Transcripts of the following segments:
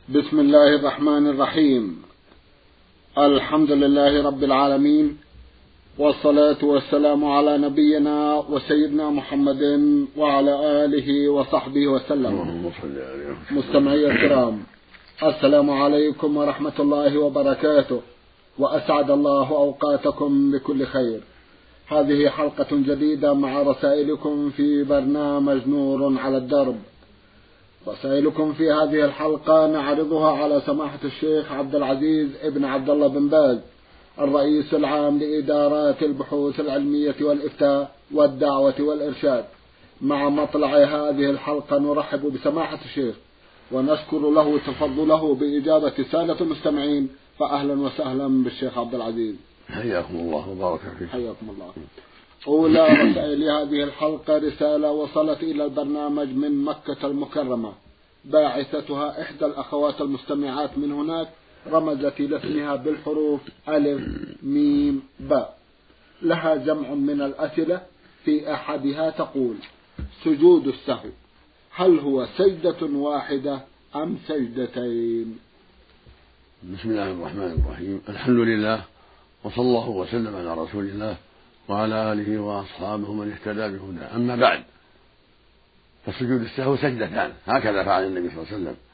بسم الله الرحمن الرحيم. الحمد لله رب العالمين، والصلاة والسلام على نبينا وسيدنا محمد وعلى آله وصحبه وسلم. مستمعي الكرام، السلام عليكم ورحمة الله وبركاته، وأسعد الله أوقاتكم بكل خير. هذه حلقة جديدة مع رسائلكم في برنامج نور على الدرب. رسائلكم في هذه الحلقة نعرضها على سماحة الشيخ عبد العزيز ابن عبد الله بن باز، الرئيس العام لإدارات البحوث العلمية والإفتاء والدعوة والإرشاد. مع مطلع هذه الحلقة نرحب بسماحة الشيخ ونشكر له تفضله بإجابة سادة المستمعين، فأهلا وسهلا بالشيخ عبد العزيز. حياكم الله وبارك فيك. حياكم الله. أولى رسائل هذه الحلقة رسالة وصلت إلى البرنامج من مكة المكرمة، باعثتها إحدى الأخوات المستمعات من هناك، رمزت لاسمها بالحروف ألف ميم باء. لها جمع من الأسئلة، في أحدها تقول: سجود السهو هل هو سجدة واحدة أم سجدتين؟ بسم الله الرحمن الرحيم. الحمد لله، وصلى الله وسلم على رسول الله وعلى آله وأصحابه من اهتدى بهداه. أما بعد، فسجود السهو سجدتان، هكذا فعل النبي صلى الله عليه وسلم،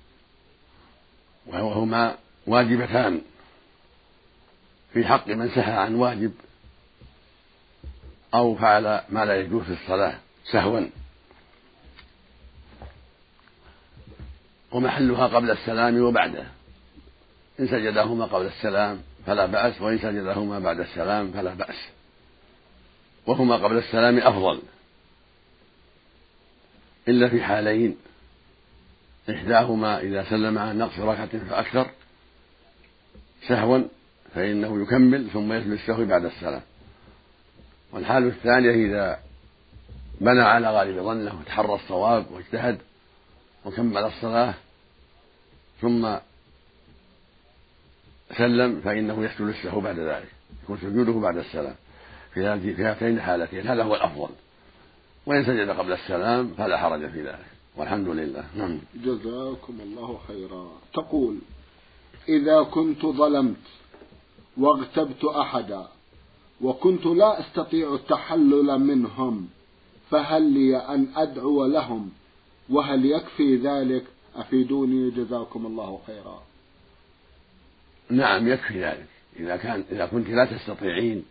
وهما واجبتان في حق من سهى عن واجب أو فعل ما لا يجوز في الصلاة سهوا، ومحلها قبل السلام وبعده. إن سجدهما قبل السلام فلا بأس، وإن سجدهما بعد السلام فلا بأس، وهما قبل السلام أفضل، إلا في حالين: إحداهما إذا سلم عن نقص ركعة فأكثر سهوا فإنه يكمل ثم يسجد السهو بعد السلام. والحال الثانية إذا بنى على غالب ظنه وتحرى الصواب واجتهد وكمل الصلاة ثم سلم فإنه يسجد السهو بعد ذلك، يكون سجوده بعد السلام في هاتين الحالتين. هذا هو الأفضل، وإن سجد قبل السلام فلا حرج في ذلك، والحمد لله. جزاكم الله خيرا. تقول: إذا كنت ظلمت واغتبت أحدا وكنت لا أستطيع التحلل منهم، فهل لي أن أدعو لهم؟ وهل يكفي ذلك؟ أفيدوني جزاكم الله خيرا. نعم، يكفي ذلك. إذا كنت لا تستطيعين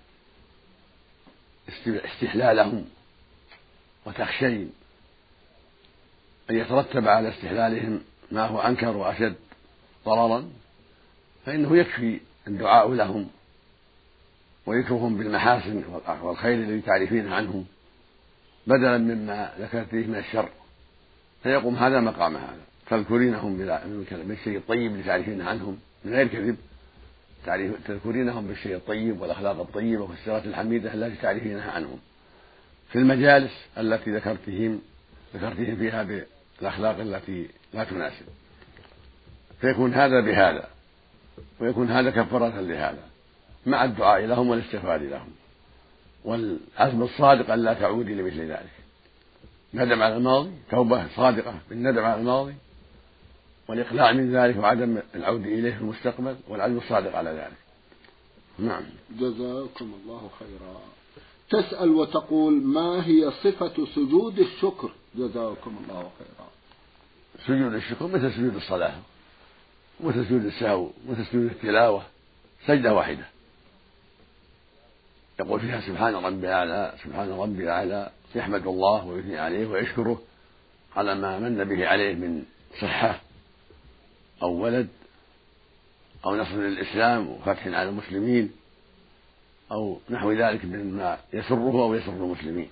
استحلالهم وتخشين أن يترتب على استحلالهم ما هو أنكر وأشد ضررا، فإنه يكفي الدعاء لهم وذكرهم بالمحاسن والخير الذي تعرفينه عنهم بدلا مما ذكرت من الشر، فيقوم هذا مقام هذا. تذكرينهم بالشيء الطيب اللي تعرفينه عنهم من غير كذب، تذكرينهم بالشيء الطيب والأخلاق الطيبة والسيرة الحميدة التي تعرفينها عنهم في المجالس التي ذكرتهم فيها بالأخلاق التي لا تناسب، فيكون هذا بهذا، ويكون هذا كفارة لهذا، مع الدعاء لهم والاستغفار لهم والعزم الصادق أن لا تعودي لمثل ذلك. ندم على الماضي، توبة صادقة بالندم على الماضي والإقلاع من ذلك وعدم العود إليه في المستقبل، والعزم الصادق على ذلك. نعم. جزاكم الله خيرا. تسأل وتقول: ما هي صفة سجود الشكر؟ جزاكم الله خيرا. سجود الشكر مثل سجود الصلاة ومثل سجود السهو ومثل سجود التلاوة، سجدة واحدة يقول فيها سبحان ربي الأعلى سبحان ربي الأعلى، يحمد الله ويثني عليه ويشكره على ما من به عليه من صحة أو ولد أو نصر للإسلام وفتح على المسلمين أو نحو ذلك مما يسره أو يسر المسلمين.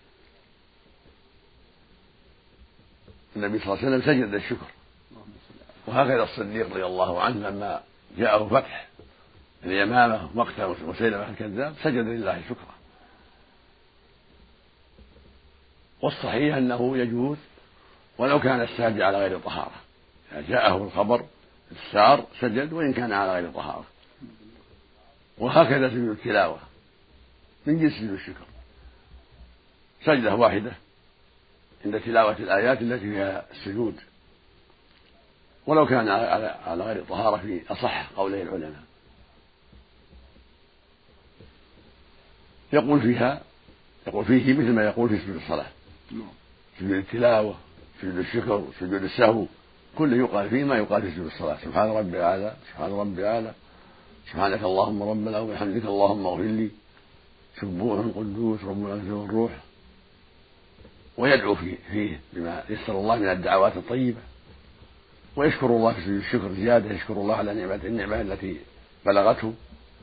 النبي صلى الله عليه وسلم سجد الشكر، وهكذا الصديق رضي الله عنه لما جاءه فتح اليمامة مقتل مسيلمة الكذاب سجد لله شكرا. والصحيح أنه يجوز ولو كان الساجد على غير طهارة، إذا جاءه الخبر السار سجد وإن كان على غير طهارة. وهكذا سجود التلاوة من جنس سجود الشكر، سجدة واحدة عند تلاوة الآيات التي فيها السجود، ولو كان على غير طهارة في أصح قولي العلماء. يقول فيه مثل ما يقول في سجود الصلاة، سجود التلاوة، سجود الشكر، سجود السهو، كله يقال فيه ما يقال في سجود الصلاة: سبحان ربي الأعلى، سبحان ربي الأعلى، سبحانك اللهم ربنا وبحمدك اللهم اغفر لي، سبوح قدوس رب العزة والروح. ويدعو فيه بما يسر الله من الدعوات الطيبة، ويشكر الله في سجود الشكر زيادة، يشكر الله على النعمة التي بلغته.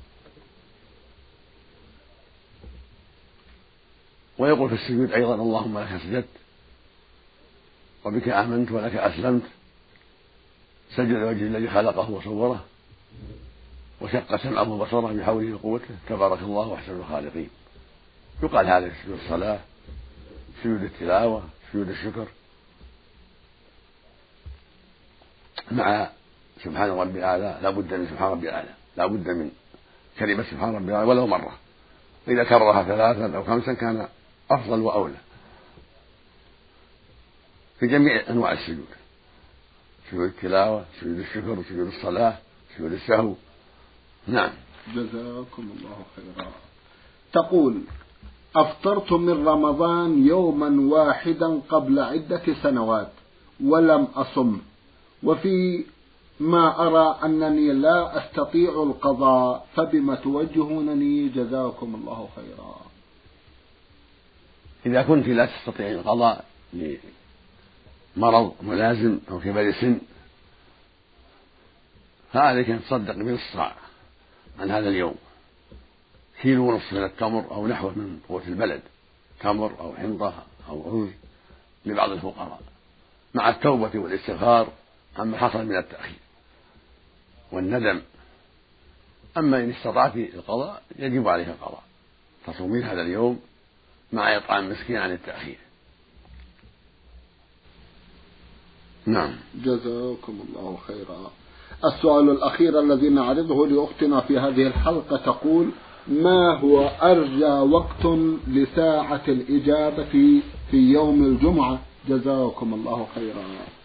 ويقول في السجود أيضا: اللهم لك سجدت وبك آمنت ولك أسلمت، سجد وجه الذي خلقه وصوره وشق سمعه وبصره بحوله وقوته، تبارك الله أحسن الخالقين. يقال هذا في سجود الصلاة، سجود التلاوة، سجود الشكر، مع سبحان ربي الأعلى لا بد من سبحان ربي الأعلى، لا بد من كلمة سبحان ربي الأعلى ولو مرة، إذا كررها 3 أو 5 كان أفضل وأولى في جميع أنواع السجود: سجود التلاوة، سجود الشكر، سجود الصلاة، سجود السهو. نعم. جزاكم الله خيرا. تقول: أفطرت من رمضان يوما واحدا قبل عدة سنوات ولم أصم، وفي ما أرى أنني لا أستطيع القضاء، فبما توجهونني جزاكم الله خيرا. إذا كنت لا تستطيع القضاء لمرض ملازم أو كبر سن فعليك أن تصدق بنصف صاع عن هذا اليوم، 1.5 كيلو من التمر أو نحوه من قوت البلد، تمر أو حنطة أو رز لبعض الفقراء، مع التوبة والاستغفار عما حصل من التأخير والندم. أما إن استطعت القضاء يجب عليك القضاء، تصومين هذا اليوم مع إطعام مسكين عن التأخير. نعم. جزاكم الله خيرا. السؤال الأخير الذي نعرضه لأختنا في هذه الحلقة تقول: ما هو أرجى وقت لساعة الإجابة في يوم الجمعة؟ جزاكم الله خيرا.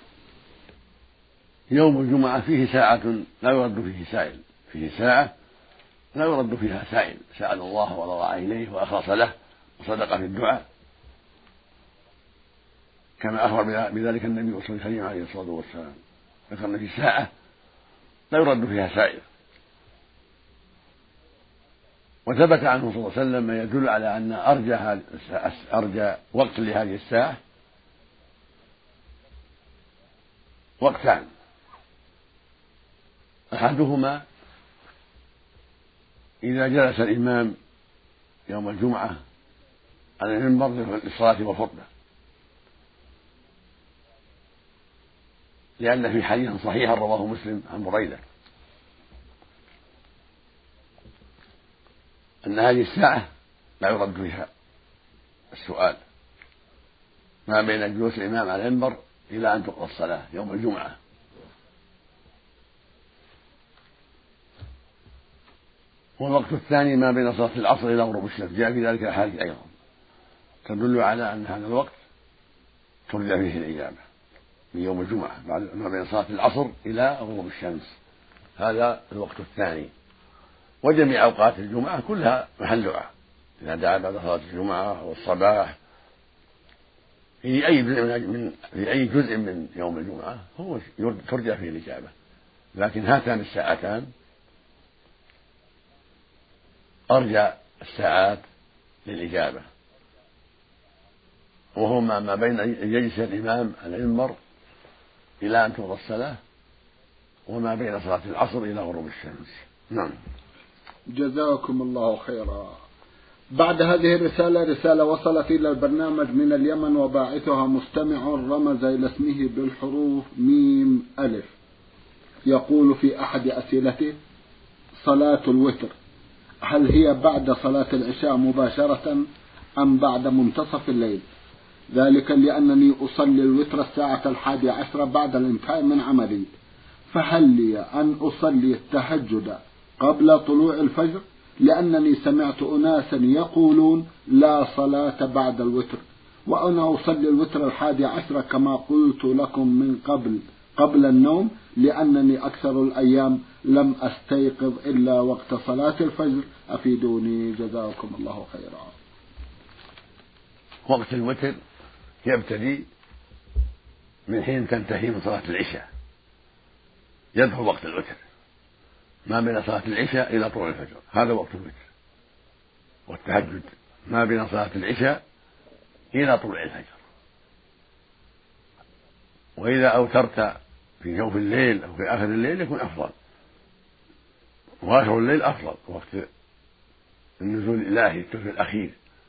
يوم الجمعة فيه ساعة لا يرد فيه سائل، فيه ساعة لا يرد فيها سائل، سأل الله وضرع إليه وأخلص له وصدق في الدعاء، كما أخبر بذلك النبي صلى الله عليه وسلم، ذكرنا في ساعة لا يرد فيها سائل. وثبت عنه صلى الله عليه وسلم ما يدل على أن أرجى وقت لهذه الساعة وقتان: أحدهما إذا جلس الإمام يوم الجمعة على المنبر للصلاة والخطبة، لأن في حديث صحيح رواه مسلم عن بريدة أن هذه الساعة لا يرد فيها السؤال، ما بين جلوس الإمام على المنبر إلى أن تقضى الصلاة يوم الجمعة. والوقت الثاني ما بين صلاة العصر إلى غروب الشمس، جاء في ذلك أحاديث أيضا تدل على أن هذا الوقت ترجى فيه الإجابة من يوم الجمعة، ما بين صلاة العصر إلى غروب الشمس، هذا الوقت الثاني. وجميع أوقات الجمعة كلها محل دعاء، إذا دعا بعد صلاة الجمعة والصباح في أي جزء من يوم الجمعة هو ترجى فيه الإجابة، لكن هاتان الساعتان أرجى الساعات للإجابة، وهما ما بين يجلس الإمام على المنبر إلى أن تقضى الصلاة، وما بين صلاة العصر إلى غروب الشمس. نعم. جزاكم الله خيرا. بعد هذه الرسالة رسالة وصلت إلى البرنامج من اليمن، وباعثها مستمع رمز إلى اسمه بالحروف ميم ألف. يقول في أحد أسئلته: صلاة الوتر هل هي بعد صلاة العشاء مباشرة أم بعد منتصف الليل؟ ذلك لأنني أصلي الوتر الساعة 11 بعد الانتهاء من عملي، فهل لي أن أصلي التهجد قبل طلوع الفجر؟ لأنني سمعت أناسا يقولون لا صلاة بعد الوتر، وأنا أصلي الوتر 11 كما قلت لكم من قبل، قبل النوم لأنني أكثر الأيام لم أستيقظ إلا وقت صلاة الفجر، أفيدوني جزاكم الله خيرا. وقت الوتر يبتدي من حين تنتهي من صلاة العشاء، يدخل وقت الوتر ما بين صلاة العشاء إلى طلوع الفجر، هذا وقت الوتر. والتهجد ما بين صلاة العشاء إلى طلوع الفجر. وإذا أوترت في جوف الليل أو في آخر الليل يكون أفضل، وآخر الليل أفضل، وقت النزول الإلهي الثلث الأخير،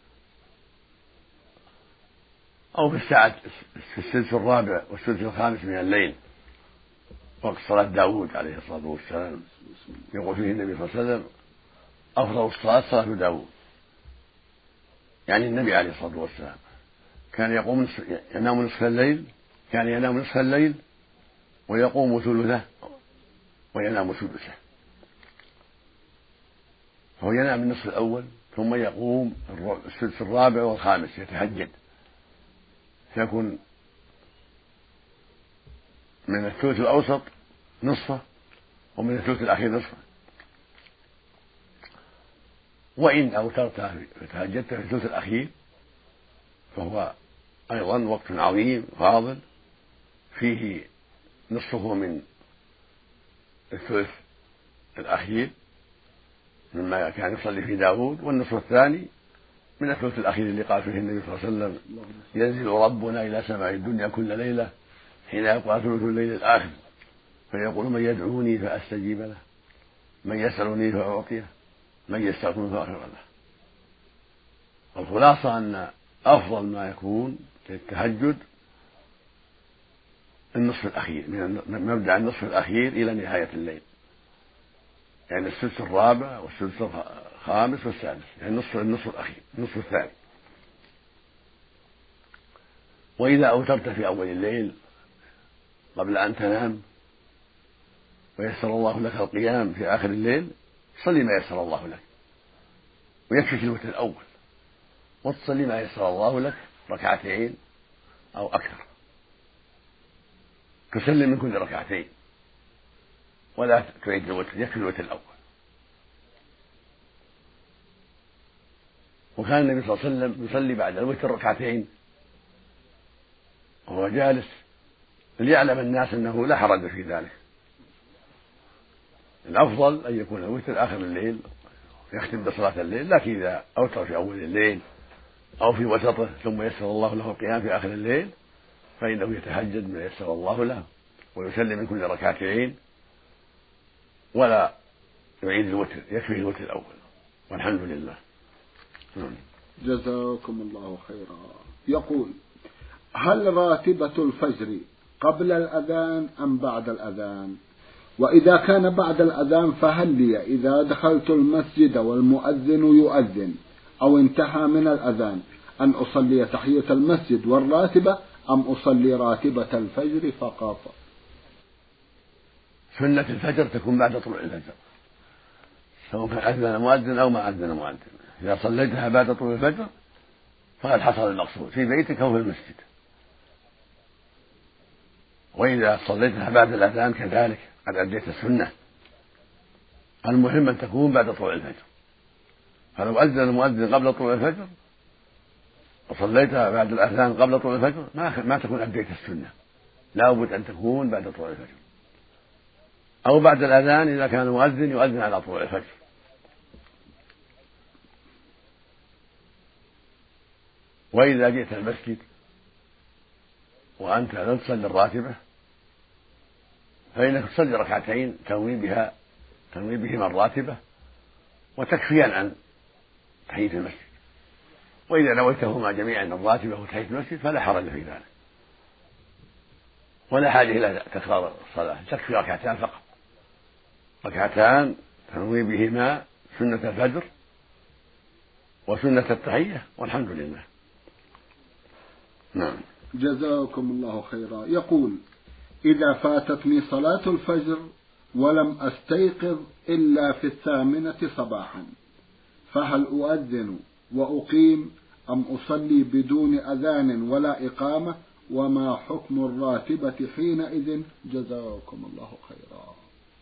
أو في الساعة في السدس الرابع والسدس الخامس من الليل، وقت صلاة داود عليه الصلاة والسلام، يقول فيه النبي صلى الله عليه وسلم: أفضل الصلاة صلاة داود، يعني النبي عليه الصلاة والسلام كان ينام نصف الليل، كان ينام نصف الليل ويقوم ثلثه وينام ثلثه، فهو ينام النصف الأول ثم يقوم السدس الرابع والخامس يتهجد، فيكون من الثلث الأوسط نصفه ومن الثلث الأخير نصفه. وإن أوترت فتهجدت في الثلث الأخير فهو أيضا وقت عظيم فاضل، فيه نصفه من الثلث الأخير مما كان يصلي في داود، والنصف الثاني من الثلث الأخير اللي قال فيه النبي صلى الله عليه وسلم: ينزل ربنا إلى سماء الدنيا كل ليلة حين يبقى ثلث الليل الآخر فيقول: من يدعوني فأستجيب له، من يسألني فأعطيه، من يستغفر فأغفر له. والخلاصة أن أفضل ما يكون للتهجد النصف الأخير، من مبدأ النصف الأخير إلى نهاية الليل، يعني السدس الرابع والسدس الخامس والسادس، يعني النصف الأخير، النصف الثاني. وإذا أوترت في أول الليل قبل أن تنام ويسر الله لك القيام في آخر الليل، صلي ما يسر الله لك، ويكفيك الوتر الأول، وتصلي ما يسر الله لك ركعتين أو أكثر، تسلم من كل ركعتين ولا تعيد الوتر، يكفي الوتر الأول. وكان النبي صلى الله عليه وسلم يصلي بعد الوتر ركعتين وهو جالس ليعلم الناس أنه لا حرج في ذلك. الأفضل أن يكون الوتر آخر الليل يختم بصلاة الليل، لكن إذا أوتر في أول الليل أو في وسطه ثم يسر الله له القيام في آخر الليل فإنه يتهجد ما يسر الله له ويسلم من كل ركعتين ولا يعيد الوتر، يكفي الوتر الأول، والحمد لله. جزاكم الله خيرا. يقول: هل راتبة الفجر قبل الأذان أم بعد الأذان؟ وإذا كان بعد الأذان فهل لي إذا دخلت المسجد والمؤذن يؤذن أو انتهى من الأذان أن أصلي تحية المسجد والراتبة أم أصلي راتبة الفجر فقط؟ سنة الفجر تكون بعد طلوع الفجر، سواء كان أذن مؤذن أو ما أذن مؤذن. إذا صليتها بعد طلوع الفجر فقد حصل المقصود في بيتك أو في المسجد، وإذا صليتها بعد الأذان كذلك قد أديت السنة. المهم أن تكون بعد طلوع الفجر، فلو أذن المؤذن قبل طلوع الفجر وصليتها بعد الأذان قبل طلوع الفجر ما تكون أديت السنة، لا بد أن تكون بعد طلوع الفجر، أو بعد الأذان إذا كان المؤذن يؤذن على طلوع الفجر. وإذا جئت المسجد وأنت لم تصلي الراتبة فإنك تصلي ركعتين تنوي بهما الراتبة وتكفيان عن تحية المسجد. وإذا نويتهما جميعا الراتبة وتحية المسجد فلا حرج في ذلك، ولا حاجة إلى تكرار الصلاة، تكفي ركعتان فقط، ركعتان تنوي بهما سنة الفجر وسنة التحية، والحمد لله. نعم. جزاكم الله خيرا. يقول: إذا فاتتني صلاة الفجر ولم أستيقظ إلا في 8 صباحا فهل أؤذن وأقيم أم أصلي بدون أذان ولا إقامة وما حكم الراتبة حينئذ؟ جزاكم الله خيرا.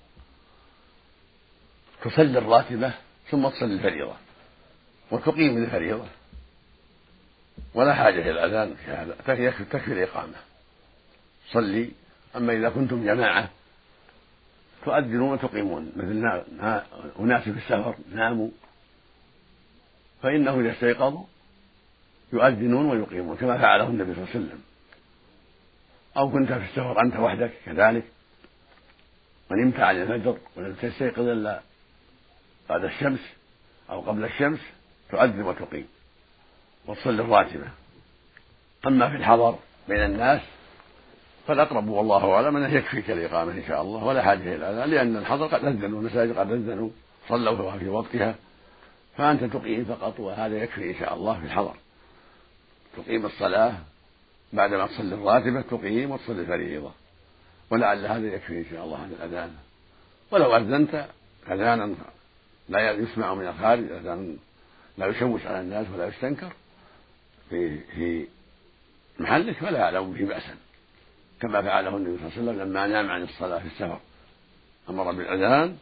تصلي الراتبة ثم تصلي الفريضة وتقيم الفريضة، ولا حاجة إلى الأذان في هذا، تكفي الإقامة صلي. أما إذا كنتم جماعة تؤذنون وتقيمون، مثل أناس في السفر ناموا فإنه إذا استيقظوا يؤذنون ويقيمون كما فعله النبي صلى الله عليه وسلم. أو كنت في السفر أنت وحدك كذلك ونمت عن الفجر ولم تستيقظ إلا بعد الشمس أو قبل الشمس تؤذن وتقيم وتصلي الراتبة. أما في الحضر بين الناس فالأقرب والله أعلم أنه يكفيك الإقامة إن شاء الله ولا حاجة إلى الأذان، لأن الحضر قد أذنوا والمساجد قد أذنوا صلوا في وقتها، فأنت تقيم فقط وهذا يكفي إن شاء الله في الحضر. تقيم الصلاة بعدما تصلي الراتبة تقيم وتصلي الفريضة، ولعل هذا يكفي إن شاء الله عن الأذان. ولو أذنت أذانا لا يسمع من الخارج، أذان لا يشوش على الناس ولا يستنكر في محلك فلا أعلم به بأسا، كما فعله النبي صلى الله عليه وسلم لما نام عن الصلاة في السفر، أمر بالأذان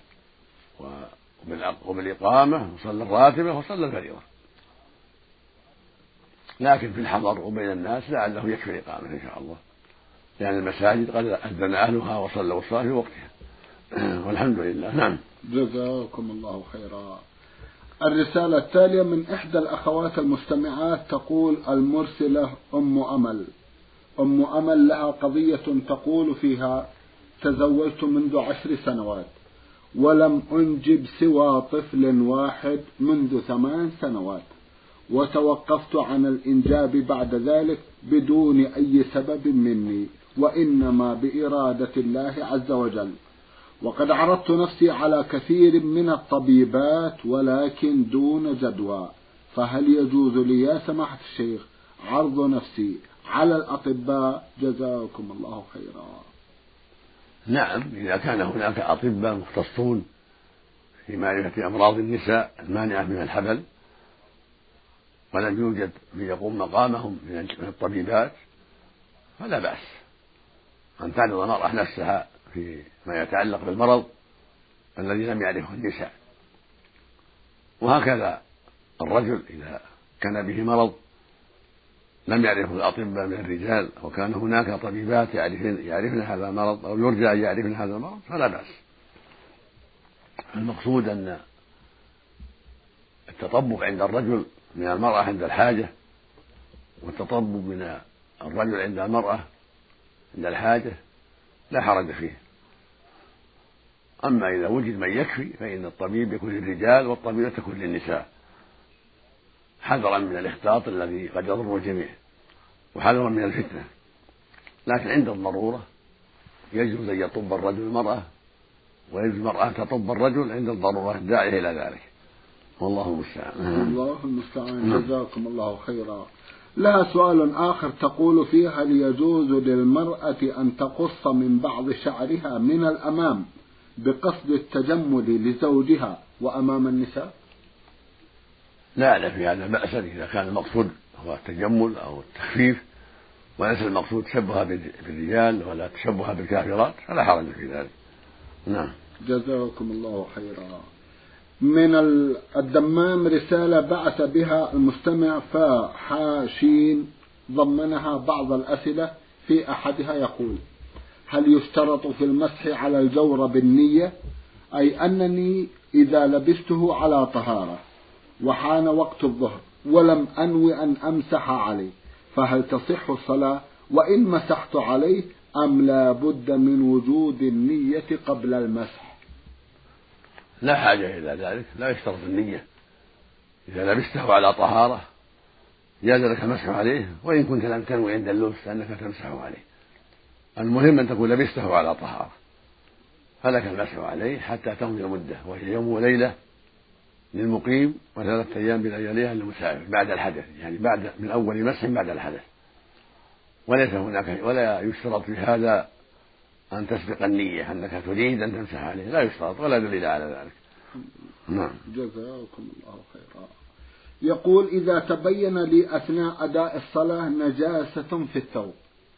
وبالإقامة وصلى الراتبة وصلى الفريضة. لكن في الحضر وبين الناس لعله يكفي الإقامة إن شاء الله، لأن المساجد قد أذن أهلها وصلوا الصلاة في وقتها والحمد لله. نعم. جزاكم الله خيرا. الرسالة التالية من إحدى الأخوات المستمعات تقول المرسلة أم أمل لها قضية تقول فيها: تزوجت منذ 10 سنوات ولم أنجب سوى طفل واحد منذ 8 سنوات، وتوقفت عن الإنجاب بعد ذلك بدون أي سبب مني، وإنما بإرادة الله عز وجل، وقد عرضت نفسي على كثير من الطبيبات ولكن دون جدوى، فهل يجوز لي يا سماحة الشيخ عرض نفسي على الأطباء؟ جزاكم الله خيرا. نعم، إذا كان هناك أطباء مختصون في معرفة أمراض النساء المانعة من الحمل ولم يوجد من يقوم مقامهم من الطبيبات فلا بأس أن تعرض المرأة نفسها فيما يتعلق بالمرض الذي لم يعرفه النساء. وهكذا الرجل إذا كان به مرض لم يعرفه الأطباء من الرجال وكان هناك طبيبات يعرفن هذا المرض أو يرجى أن يعرفن هذا المرض فلا بأس. المقصود أن التطبب عند الرجل من المرأة عند الحاجة، والتطبب من الرجل عند المرأة عند الحاجة لا حرج فيه. أما إذا وجد من يكفي فإن الطبيب يكون للرجال والطبيبة تكون للنساء، حذرا من الاختلاط الذي قد يضر الجميع وحذرا من الفتنة. لكن عند الضرورة يجوز أن يطب الرجل المرأة ويجوز المرأة أن تطب الرجل عند الضرورة الداعية إلى ذلك، والله المستعان. الله المستعان. جزاكم الله خيرا. لها سؤال آخر تقول فيه: هل يجوز للمرأة أن تقص من بعض شعرها من الأمام بقصد التجمل لزوجها وأمام النساء؟ لا في هذا بأسا إذا كان المقصود هو التجمل أو التخفيف وليس المقصود تشبه بالرجال ولا تشبه بالكافرات فلا حرج في ذلك. نعم. جزاكم الله خيرا. من الدمام رسالة بعث بها المستمع فحاشين ضمنها بعض الأسئلة، في أحدها يقول: هل يشترط في المسح على الجورب النية؟ أي أنني إذا لبسته على طهارة وحان وقت الظهر ولم أنوي أن أمسح عليه فهل تصح الصلاة؟ وإن مسحت عليه أم لا بد من وجود النية قبل المسح؟ لا حاجة إلى ذلك، لا يشترط النية. إذا لبسته على طهارة جاز لك المسح عليه، وإن كنت لم تنوي عند اللبس أنك تمسح عليه. المهم أن تكون لبسته على طهارة فلك المسح عليه حتى تمضي مدة، وهي يوم وليلة للمقيم و3 أيام بلياليها للمسافر بعد الحدث، يعني من أول مسح بعد الحدث. وليس هناك ولا يشترط في هذا أن تسبق النية أنك تريد أن تمسح عليه، لا يشترط ولا دليل على ذلك. نعم. جزاكم الله خيرا. يقول: إذا تبين لي أثناء أداء الصلاة نجاسة في الثوب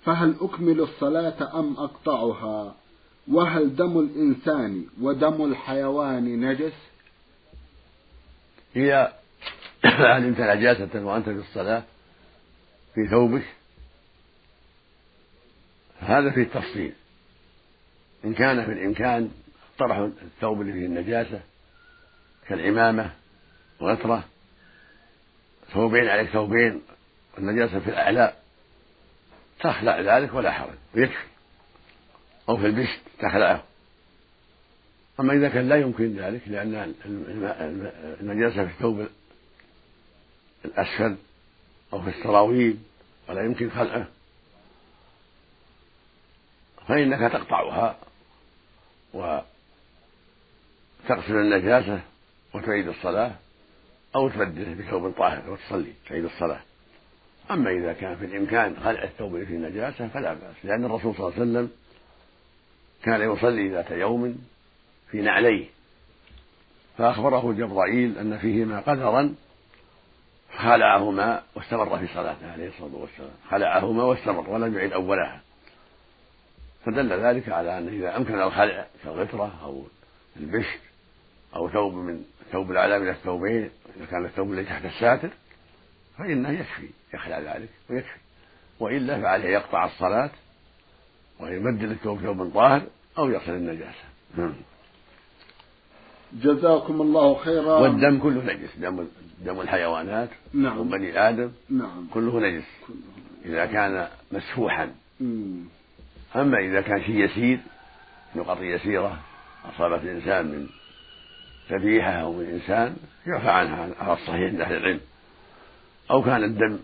فهل أكمل الصلاة أم أقطعها؟ وهل دم الإنسان ودم الحيوان نجس؟ إذا علمت نجاسة وأنت في الصلاة في ثوبك هذا فيه التفصيل. إن كان في الإمكان طرح الثوب اللي فيه النجاسة كالعمامة وغترة، ثوبين عليك ثوبين والنجاسة في الأعلى، تخلع ذلك ولا حرج ويكفي، أو في البشت تخلعه. أما إذا كان لا يمكن ذلك لأن النجاسة في الثوب الأسفل أو في السراويل ولا يمكن خلعه، فإنك تقطعها وتغسل النجاسة وتعيد الصلاة، أو تبدله بثوب طاهر وتصلي تعيد الصلاة. أما إذا كان في الإمكان خلع الثوب اللي فيه النجاسة فلا بأس، لأن الرسول صلى الله عليه وسلم كان يصلي ذات يوم في نعليه، فأخبره جبرائيل أن فيهما قدرا خلعهما واستمر في صلاته عليه الصلاة والسلام، خلعهما واستمر ولم يعد أولها، فدل ذلك على أن إذا أمكن الخلع كالغترة أو البشر أو ثوب من ثوب الأعلى من الثوبين، إذا كان الثوب الذي تحت الساتر فإنه يكفي يخلع ذلك ويكفي، وإلا فعليه يقطع الصلاة ويبدل الثوب ثوب طاهر أو يغسل النجاسة. جزاكم الله خيرا. والدم كله نجس، دم الحيوانات نعم. وبني آدم نعم. كله نجس إذا كان مسفوحا. أما إذا كان شيء يسير، نقط يسيرة أصابت الإنسان من ذبيحة أو من إنسان يعفى عنها على الصحيح عند أهل العلم، أو كان الدم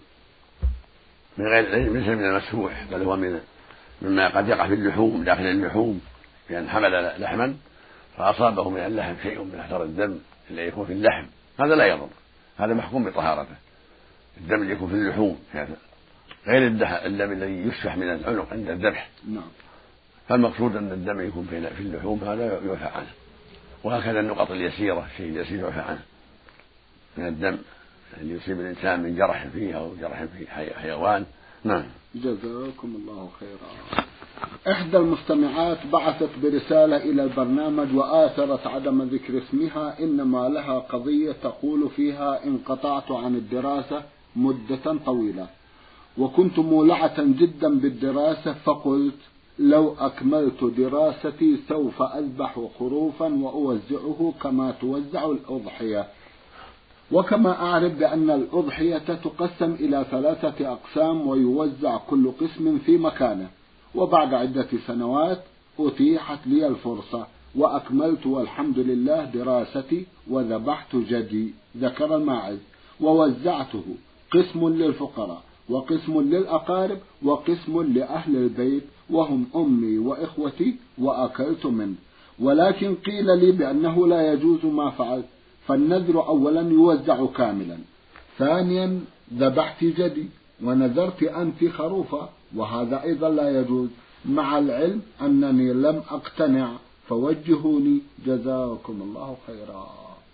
من غير العلم ليس من المسفوح بل هو مما قد يقع في اللحوم داخل اللحوم، لأن حمل لحما فأصابه من اللحم شيء من أثر الدم اللي يكون في اللحم، هذا لا يضر، هذا محكوم بطهارته. الدم اللي يكون في اللحوم غير الدم الذي يسفح من العنق عند الذبح. نعم. فالمقصود أن الدم يكون في اللحوم هذا يعفى عنه، وهكذا النقط اليسيرة الشيء اليسير يعفى عنه من الدم اللي يصيب الإنسان من جرح فيه أو جرح في حيوان. نعم. جزاكم الله خيرا. إحدى المستمعات بعثت برسالة إلى البرنامج وآثرت عدم ذكر اسمها، إنما لها قضية تقول فيها: انقطعت عن الدراسة مدة طويلة وكنت مولعة جدا بالدراسة، فقلت لو أكملت دراستي سوف أذبح خروفا وأوزعه كما توزع الأضحية، وكما أعرف بأن الأضحية تقسم إلى 3 أقسام ويوزع كل قسم في مكانه. وبعد عدة سنوات أتيحت لي الفرصة وأكملت والحمد لله دراستي وذبحت جدي ذكر الماعز ووزعته، قسم للفقراء وقسم للأقارب وقسم لأهل البيت وهم أمي وإخوتي، وأكلت منه، ولكن قيل لي بأنه لا يجوز ما فعلت، فالنذر أولا يوزع كاملا، ثانيا ذبحت جدي ونذرت أنت خروفا، وهذا أيضا لا يجوز، مع العلم أنني لم أقتنع، فوجهوني جزاكم الله خيرا.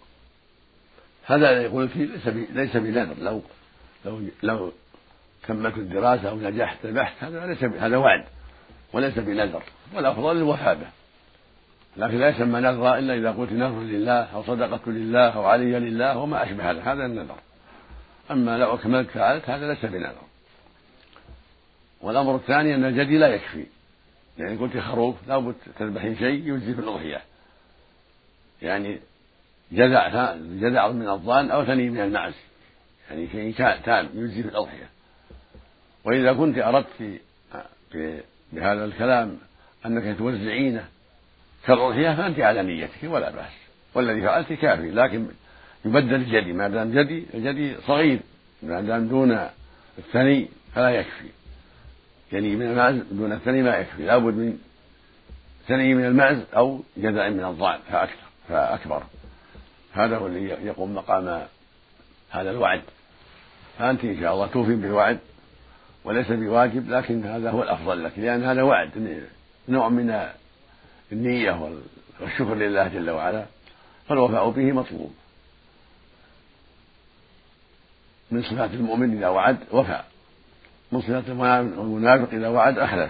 هذا يقول فيه ليس بنذر، لو كملت الدراسة أو نجحت ذبحت، هذا وعد وليس بنذر، والأفضل الوفاء به، لكن لا يسمى نذرا إلا إذا قلت نذر لله أو صدقة لله أو علي لله وما أشبه هذا النذر. أما لو أكملت فعلت هذا ليس بنذر. والأمر الثاني أن الجدي لا يكفي، يعني قلت خروف لا بد تذبحين شيء يجزي في الأضحية، يعني جذع من الضان أو ثني من المعز، يعني شيء تام يجزي في الأضحية. وإذا كنت أردت بهذا الكلام أنك توزعينه كالأضحية فأنت على نيتك ولا بأس، والذي فعلت كافي، لكن يبدل الجدي ما دام الجدي صغير، ما دام دون الثني فلا يكفي، يعني من المعز دون الثني ما يكفي، لا بد من ثني من المعز أو جذع من الضأن فأكبر، هذا هو اللي يقوم مقام هذا الوعد. فأنت إن شاء الله توفي بالوعد وليس بواجب، لكن هذا هو الأفضل لك، لأن هذا وعد نوع من النية والشكر لله جل وعلا، فالوفاء به مطلوب. من صفات المؤمن إذا وعد وفى، من صفات المنافق إذا وعد أخلف.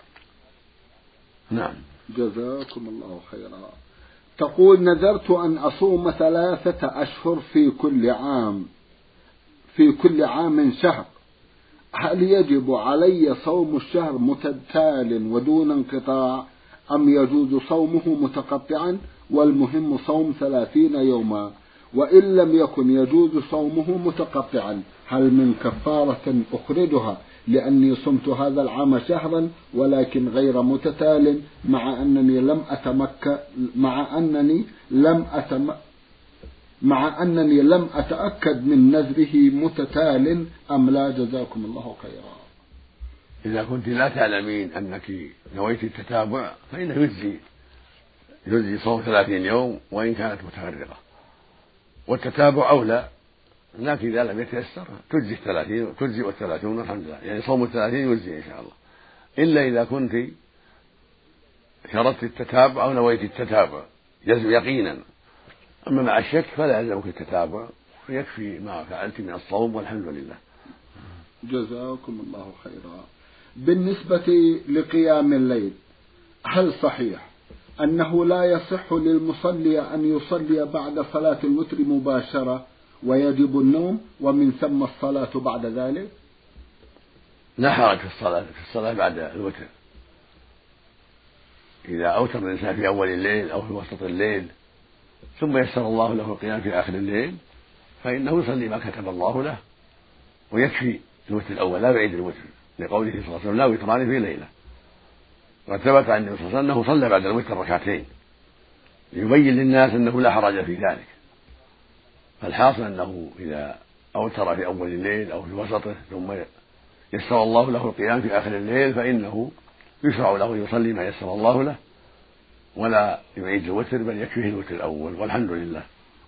نعم. جزاكم الله خيرا. تقول: نذرت أن أصوم 3 أشهر في كل عام شهر، هل يجب علي صوم الشهر متتال ودون انقطاع، أم يجوز صومه متقطعا والمهم صوم 30 يوما؟ وإن لم يكن يجوز صومه متقطعا، هل من كفارة أخرجها لأني صمت هذا العام شهرا ولكن غير متتال، مع أنني لم أتأكد من نذره متتال أم لا؟ جزاكم الله خيرا. إذا كنت لا تعلمين أنك نويت التتابع فإنه يجزي صوم 30 يوم وإن كانت متفرقة، والتتابع أولى، لكن إذا لم يتيسر تجزي 30 الحمد لله، يعني صوم 30 يجزي إن شاء الله، إلا إذا كنت شرطت التتابع أو نويت التتابع يقينا. أما مع الشك فلا يلزمك التتابع، ويكفي ما فعلت من الصوم والحمد لله. جزاكم الله خيرا. بالنسبة لقيام الليل، هل صحيح أنه لا يصح للمصلي أن يصلي بعد صلاة الوتر مباشرة ويجب النوم ومن ثم الصلاة بعد ذلك؟ لا حرج في الصلاة بعد الوتر، إذا أوتر الإنسان في أول الليل أو في وسط الليل ثم يسر الله له القيام في آخر الليل فإنه يصلي ما كتب الله له، ويكفي الوتر الأول، لا يعيد الوتر، لقوله صلى الله عليه وسلم: لا وتران في ليلة. وقد ثبت عن النبي صلى الله عليه وسلم أنه صلى بعد الوتر 2 ركعتين ليبين للناس أنه لا حرج في ذلك. فالحاصل أنه إذا أوتر في أول الليل أو في وسطه ثم يسر الله له القيام في آخر الليل فإنه يشرع له يصلي ما يسر الله له ولا يعيد الوتر، بل يكفيه الوتر الأول والحمد لله.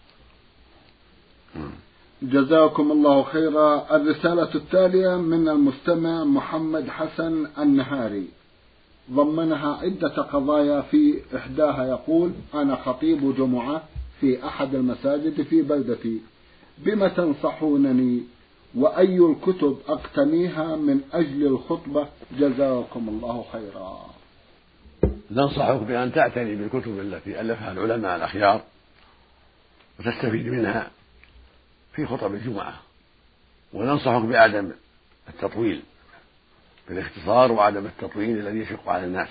جزاكم الله خيرا. الرسالة التالية من المستمع محمد حسن النهاري، ضمنها عدة قضايا، في إحداها يقول: أنا خطيب جمعة في أحد المساجد في بلدتي، بما تنصحونني وأي الكتب أقتنيها من أجل الخطبة؟ جزاكم الله خيرا. ننصحك بأن تعتني بالكتب التي ألفها العلماء الأخيار وتستفيد منها في خطب الجمعة، وننصحك بعدم التطويل، بالاختصار وعدم التطويل الذي يشق على الناس،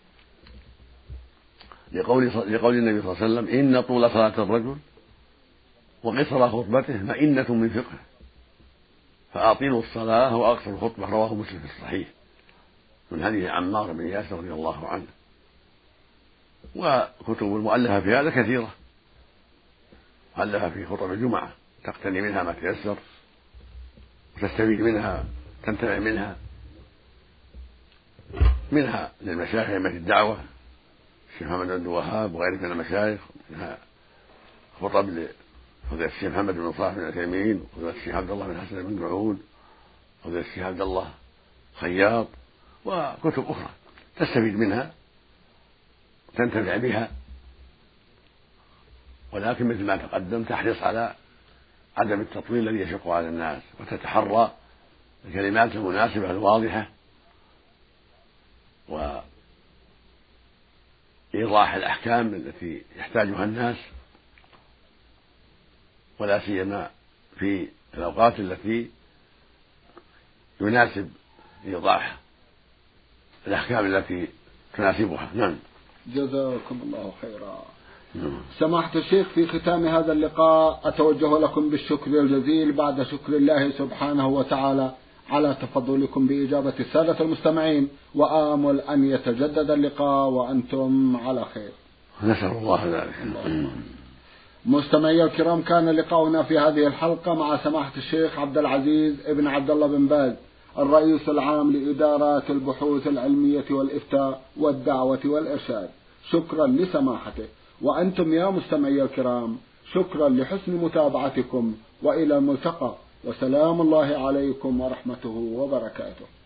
لقول النبي صلى الله عليه وسلم: إن طول صلاة الرجل وقصر خطبته مئنة من فقه، فأطيلوا الصلاة وأقصروا الخطبة. رواه مسلم في الصحيح من حديث عمار بن ياسر رضي الله عنه. وكتب المؤلفة في هذا كثيرة، مؤلفة في خطب الجمعة تقتني منها ما تيسر وتستفيد منها، تنتفع منها للمشايخ أئمة الدعوة الشيخ محمد بن الوهاب وغيره من المشايخ، منها خطب لفضيلة الشيخ محمد بن صالح بن عثيمين وفضيلة الشيخ عبد الله بن حسن بن معود وفضيلة الشيخ عبد الله خياط، وكتب أخرى تستفيد منها تنتفع بها، ولكن مثل ما تقدم تحرص على عدم التطويل الذي يشق على الناس، وتتحرى الكلمات المناسبة الواضحة وإيضاح الأحكام التي يحتاجها الناس، ولا سيما في الأوقات التي يناسب إيضاح الأحكام التي تناسبها. نعم. جزاكم الله خيرا. سماحة الشيخ، في ختام هذا اللقاء أتوجه لكم بالشكر الجزيل بعد شكر الله سبحانه وتعالى على تفضلكم بإجابة السادة المستمعين، وآمل أن يتجدد اللقاء وأنتم على خير. نسأل الله ذلك. مستمعي الكرام، كان لقاؤنا في هذه الحلقة مع سماحة الشيخ عبد العزيز ابن عبد الله بن باز، الرئيس العام لإدارات البحوث العلمية والإفتاء والدعوة والإرشاد. شكرا لسماحته. وأنتم يا مستمعي الكرام، شكرا لحسن متابعتكم، وإلى الملتقى، وسلام الله عليكم ورحمته وبركاته.